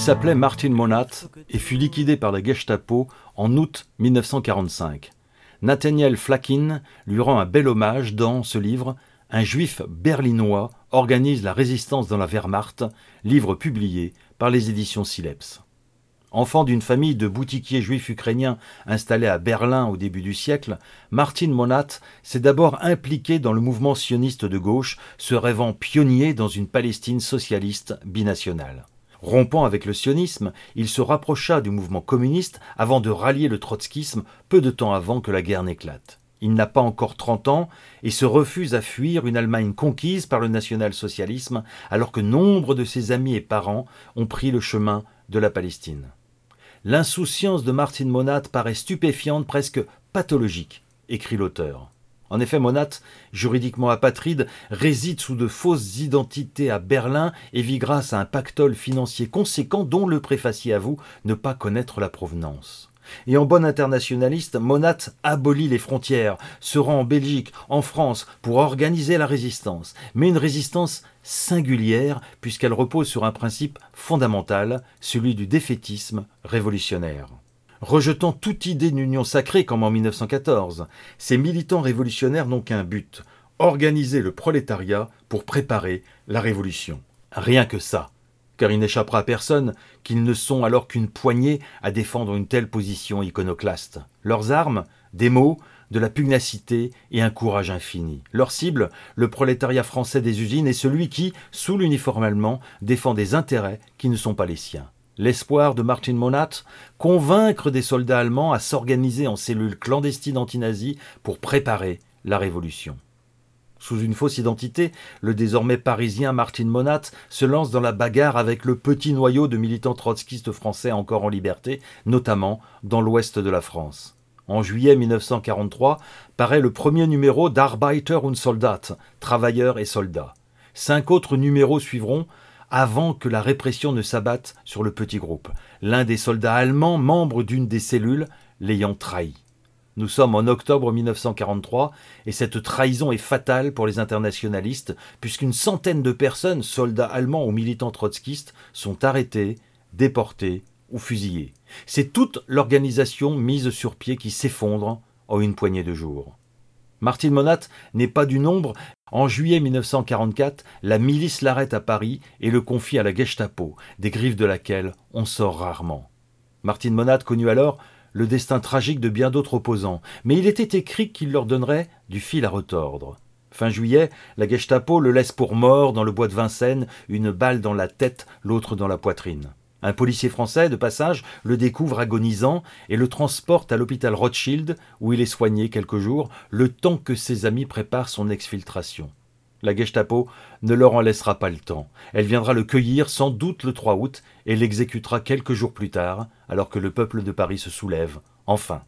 s'appelait Martin Monat et fut liquidé par la Gestapo en août 1945. Nathaniel Flakin lui rend un bel hommage dans ce livre. Un juif berlinois organise la résistance dans la Wehrmacht, livre publié par les éditions Sileps. Enfant d'une famille de boutiquiers juifs ukrainiens installés à Berlin au début du siècle, Martin Monat s'est d'abord impliqué dans le mouvement sioniste de gauche, se rêvant pionnier dans une Palestine socialiste binationale. Rompant avec le sionisme, il se rapprocha du mouvement communiste avant de rallier le trotskisme peu de temps avant que la guerre n'éclate. Il n'a pas encore 30 ans et se refuse à fuir une Allemagne conquise par le national-socialisme alors que nombre de ses amis et parents ont pris le chemin de la Palestine. L'insouciance de Martin Monat paraît stupéfiante, presque pathologique, écrit l'auteur. En effet, Monat, juridiquement apatride, réside sous de fausses identités à Berlin et vit grâce à un pactole financier conséquent dont le préfacier avoue ne pas connaître la provenance. Et en bon internationaliste, Monat abolit les frontières, se rend en Belgique, en France, pour organiser la résistance. Mais une résistance singulière, puisqu'elle repose sur un principe fondamental, celui du défaitisme révolutionnaire. Rejetant toute idée d'union sacrée comme en 1914, ces militants révolutionnaires n'ont qu'un but, organiser le prolétariat pour préparer la révolution. Rien que ça. Car il n'échappera à personne qu'ils ne sont alors qu'une poignée à défendre une telle position iconoclaste. Leurs armes, des mots, de la pugnacité et un courage infini. Leur cible, le prolétariat français des usines est celui qui, sous l'uniforme allemand, défend des intérêts qui ne sont pas les siens. L'espoir de Martin Monat, convaincre des soldats allemands à s'organiser en cellules clandestines anti-nazis pour préparer la révolution. Sous une fausse identité, le désormais parisien Martin Monat se lance dans la bagarre avec le petit noyau de militants trotskistes français encore en liberté, notamment dans l'ouest de la France. En juillet 1943, paraît le premier numéro d'Arbeiter und Soldat, Travailleurs et soldats. 5 autres numéros suivront avant que la répression ne s'abatte sur le petit groupe, l'un des soldats allemands, membre d'une des cellules, l'ayant trahi. Nous sommes en octobre 1943 et cette trahison est fatale pour les internationalistes puisqu'une centaine de personnes, soldats allemands ou militants trotskistes, sont arrêtés, déportés ou fusillés. C'est toute l'organisation mise sur pied qui s'effondre en une poignée de jours. Martin Monat n'est pas du nombre. En juillet 1944, la milice l'arrête à Paris et le confie à la Gestapo, des griffes de laquelle on sort rarement. Martin Monat connut alors le destin tragique de bien d'autres opposants, mais il était écrit qu'il leur donnerait du fil à retordre. Fin juillet, la Gestapo le laisse pour mort dans le bois de Vincennes, une balle dans la tête, l'autre dans la poitrine. Un policier français, de passage, le découvre agonisant et le transporte à l'hôpital Rothschild, où il est soigné quelques jours, le temps que ses amis préparent son exfiltration. La Gestapo ne leur en laissera pas le temps. Elle viendra le cueillir sans doute le 3 août et l'exécutera quelques jours plus tard, alors que le peuple de Paris se soulève, enfin.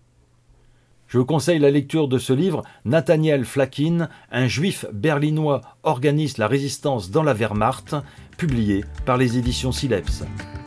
Je vous conseille la lecture de ce livre. Nathaniel Flakin, un juif berlinois organise la résistance dans la Wehrmacht, publié par les éditions Sileps.